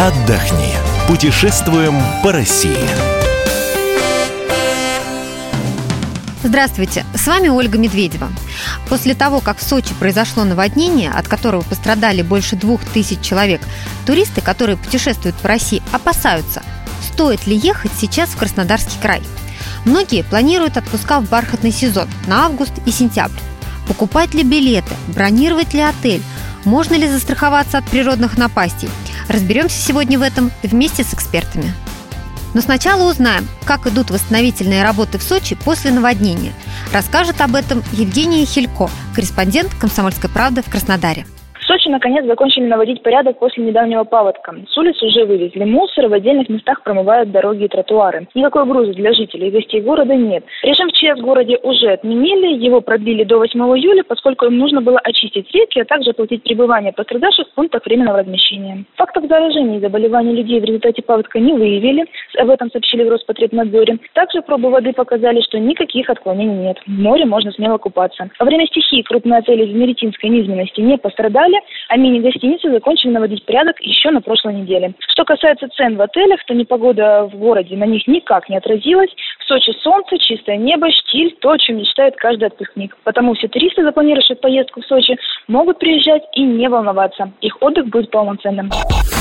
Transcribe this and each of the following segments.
отдохни. Путешествуем по России. Здравствуйте, с вами Ольга Медведева. После того, как в Сочи произошло наводнение, от которого пострадали больше 2000 человек, туристы, которые путешествуют по России, опасаются, стоит ли ехать сейчас в Краснодарский край. Многие планируют отпуска в бархатный сезон на август и сентябрь. Покупать ли билеты, бронировать ли отель, можно ли застраховаться от природных напастей? Разберемся сегодня в этом вместе с экспертами. Но сначала узнаем, как идут восстановительные работы в Сочи после наводнения. Расскажет об этом Евгения Хилько, корреспондент «Комсомольской правды» в Краснодаре. В Сочи наконец закончили наводить порядок после недавнего паводка. С улиц уже вывезли мусор, в отдельных местах промывают дороги и тротуары. Никакой угрозы для жителей и гостей города нет. Режим ЧС в городе уже отменили, его продлили до 8 июля, поскольку им нужно было очистить реки, а также оплатить пребывание пострадавших в пунктах временного размещения. Фактов заражений и заболеваний людей в результате паводка не выявили, об этом сообщили в Роспотребнадзоре. Также пробы воды показали, что никаких отклонений нет. В море можно смело купаться. Во время стихии крупные отели в Меретинской низменности не пострадали, а мини-гостиницы закончили наводить порядок еще на прошлой неделе. Что касается цен в отелях, то непогода в городе на них никак не отразилась. В Сочи солнце, чистое небо, штиль, то, о чем мечтает каждый отпускник. Потому все туристы, запланировавшие поездку в Сочи, могут приезжать и не волноваться. Их отдых будет полноценным.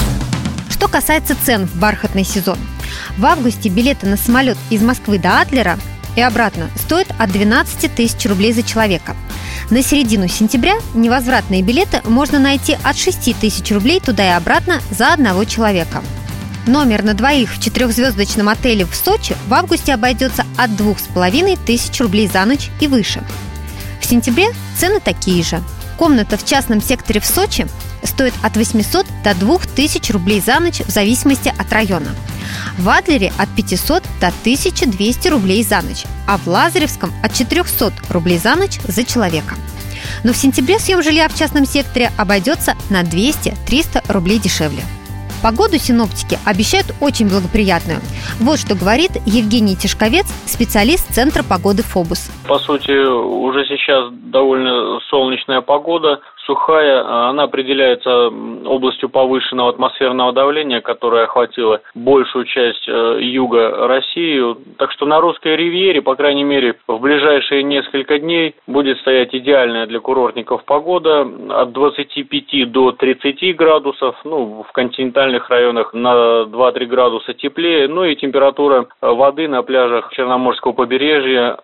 Что касается цен в бархатный сезон. В августе билеты на самолет из Москвы до Адлера и обратно стоят от 12 тысяч рублей за человека. На середину сентября невозвратные билеты можно найти от 6 тысяч рублей туда и обратно за одного человека. Номер на двоих в 4-звездочном отеле в Сочи в августе обойдется от 2500 рублей за ночь и выше. В сентябре цены такие же. Комната в частном секторе в Сочи стоит от 800 до 2000 рублей за ночь в зависимости от района. В Адлере от 500 до 1200 рублей за ночь, а в Лазаревском от 400 рублей за ночь за человека. Но в сентябре съем жилья в частном секторе обойдется на 200-300 рублей дешевле. Погоду синоптики обещают очень благоприятную. Вот что говорит Евгений Тишковец, специалист Центра погоды ФОБУС. По сути, уже сейчас довольно солнечная погода, сухая. Она определяется областью повышенного атмосферного давления, которое охватило большую часть юга России. Так что на русской ривьере, по крайней мере, в ближайшие несколько дней будет стоять идеальная для курортников погода от 25 до 30 градусов, в континентальных районах на 2-3 градуса теплее, и температура воды на пляжах Черноморского побережья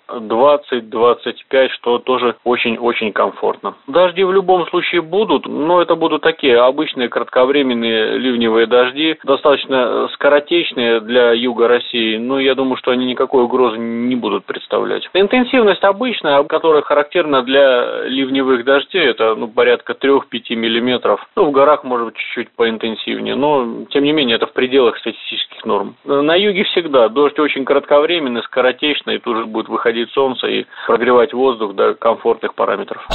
20-25, что тоже очень-очень комфортно. Дожди в любом случае будут, но это будут такие обычные кратковременные ливневые дожди, достаточно скоротечные для юга России, я думаю, что они никакой угрозы не будут представлять. Интенсивность обычная, которая характерна для ливневых дождей, это порядка 3-5 миллиметров. В горах может быть чуть-чуть поинтенсивнее, но тем не менее это в пределах статистических норм. На юге всегда дождь очень кратковременный, скоротечный, и тут же будет выходить солнце и прогревать воздух до комфортных параметров.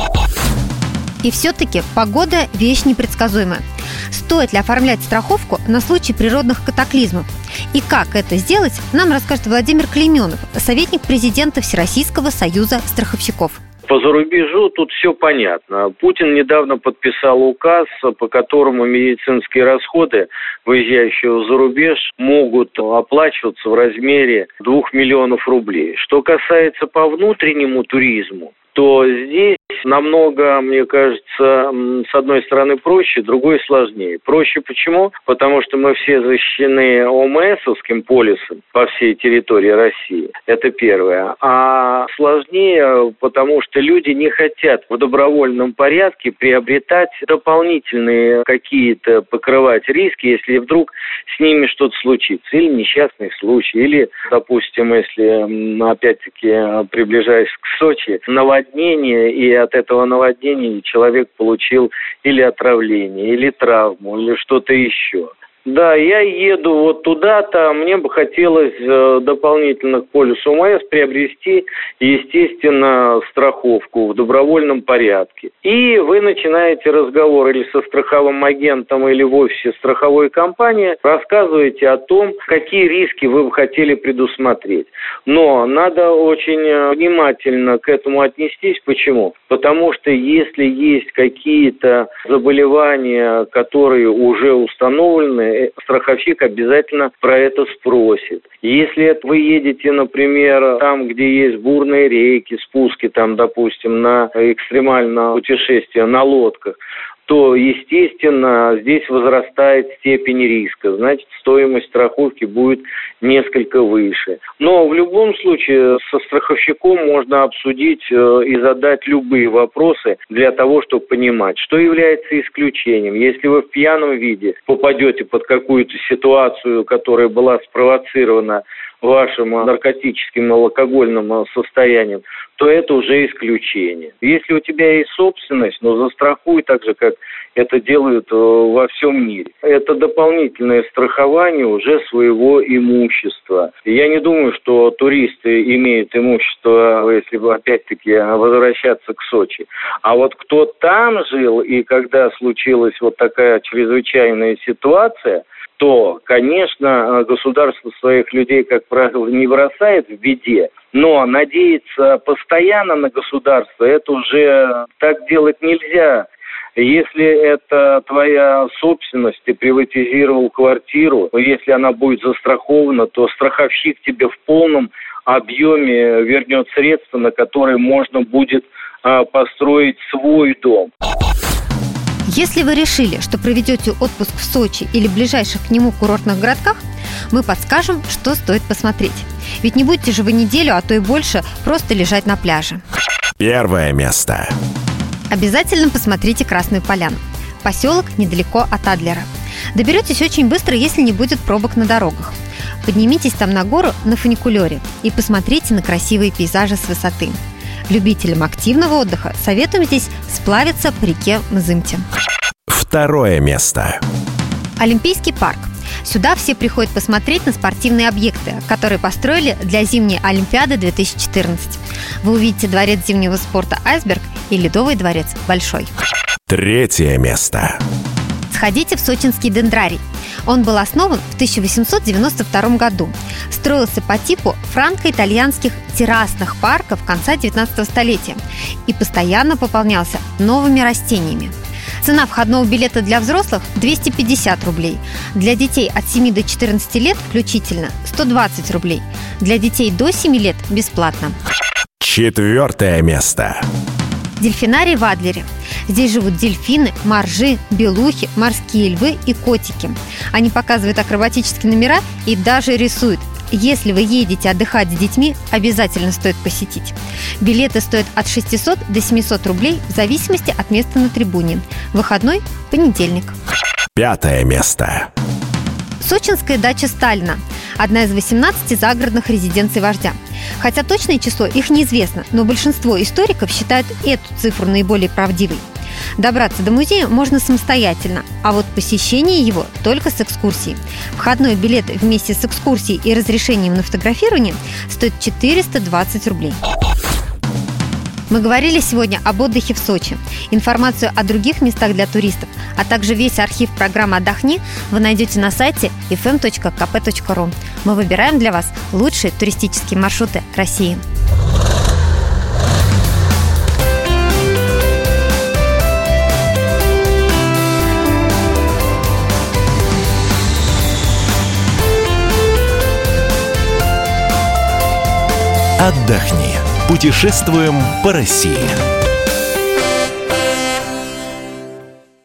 И все-таки погода – вещь непредсказуемая. Стоит ли оформлять страховку на случай природных катаклизмов? И как это сделать, нам расскажет Владимир Клейменов, советник президента Всероссийского союза страховщиков. По зарубежу тут все понятно. Путин недавно подписал указ, по которому медицинские расходы, выезжающие за рубеж, могут оплачиваться в размере 2 миллионов рублей. Что касается по внутреннему туризму, то здесь намного, мне кажется, с одной стороны проще, с другой сложнее. Проще почему? Потому что мы все защищены ОМСовским полисом по всей территории России. Это первое. А сложнее, потому что люди не хотят в добровольном порядке приобретать дополнительные какие-то, покрывать риски, если вдруг с ними что-то случится. Или несчастный случай, или, допустим, если, опять-таки, приближаясь к Сочи, наводнение, и от этого наводнения человек получил или отравление, или травму, или что-то еще. Да, я еду вот туда-то, мне бы хотелось дополнительно к полису ОМС приобрести, естественно, страховку в добровольном порядке. И вы начинаете разговор или со страховым агентом, или в офисе страховой компании, рассказываете о том, какие риски вы бы хотели предусмотреть. Но надо очень внимательно к этому отнестись. Почему? Потому что если есть какие-то заболевания, которые уже установлены, стороны, страховщик обязательно про это спросит. Если вы едете, например, там, где есть бурные реки, спуски, там, допустим, на экстремальное путешествие на лодках, то, естественно, здесь возрастает степень риска. Значит, стоимость страховки будет несколько выше. Но в любом случае со страховщиком можно обсудить и задать любые вопросы для того, чтобы понимать, что является исключением. Если вы в пьяном виде попадете под какую-то ситуацию, которая была спровоцирована вашим наркотическим и алкогольным состоянием, то это уже исключение. Если у тебя есть собственность, застрахуй так же, как это делают во всем мире. Это дополнительное страхование уже своего имущества. Я не думаю, что туристы имеют имущество, если опять-таки возвращаться к Сочи. А вот кто там жил, и когда случилась вот такая чрезвычайная ситуация, то, конечно, государство своих людей, как правило, не бросает в беде, но надеяться постоянно на государство, это уже так делать нельзя. Если это твоя собственность, ты приватизировал квартиру, если она будет застрахована, то страховщик тебе в полном объеме вернет средства, на которые можно будет построить свой дом. Если вы решили, что проведете отпуск в Сочи или ближайших к нему курортных городках, мы подскажем, что стоит посмотреть. Ведь не будете же вы неделю, а то и больше, просто лежать на пляже. Первое место. Обязательно посмотрите Красную Поляну. Поселок недалеко от Адлера. Доберетесь очень быстро, если не будет пробок на дорогах. Поднимитесь там на гору на фуникулере и посмотрите на красивые пейзажи с высоты. Любителям активного отдыха советуем здесь сплавиться по реке Мзымте. Второе место. Олимпийский парк. Сюда все приходят посмотреть на спортивные объекты, которые построили для зимней Олимпиады 2014. Вы увидите дворец зимнего спорта «Айсберг» и ледовый дворец «Большой». Третье место. Сходите в сочинский дендрарий. Он был основан в 1892 году. Строился по типу франко-итальянских террасных парков конца 19 столетия и постоянно пополнялся новыми растениями. Цена входного билета для взрослых – 250 рублей. Для детей от 7 до 14 лет включительно – 120 рублей. Для детей до 7 лет – бесплатно. Четвертое место. Дельфинарий в Адлере. Здесь живут дельфины, моржи, белухи, морские львы и котики. Они показывают акробатические номера и даже рисуют. Если вы едете отдыхать с детьми, обязательно стоит посетить. Билеты стоят от 600 до 700 рублей в зависимости от места на трибуне. Выходной – понедельник. Пятое место. Сочинская дача Сталина – одна из 18 загородных резиденций вождя. Хотя точное число их неизвестно, но большинство историков считают эту цифру наиболее правдивой. Добраться до музея можно самостоятельно, а вот посещение его только с экскурсией. Входной билет вместе с экскурсией и разрешением на фотографирование стоит 420 рублей. Мы говорили сегодня об отдыхе в Сочи. Информацию о других местах для туристов, а также весь архив программы «Отдохни» вы найдете на сайте fm.kp.ru. Мы выбираем для вас лучшие туристические маршруты России. Отдохни. Путешествуем по России.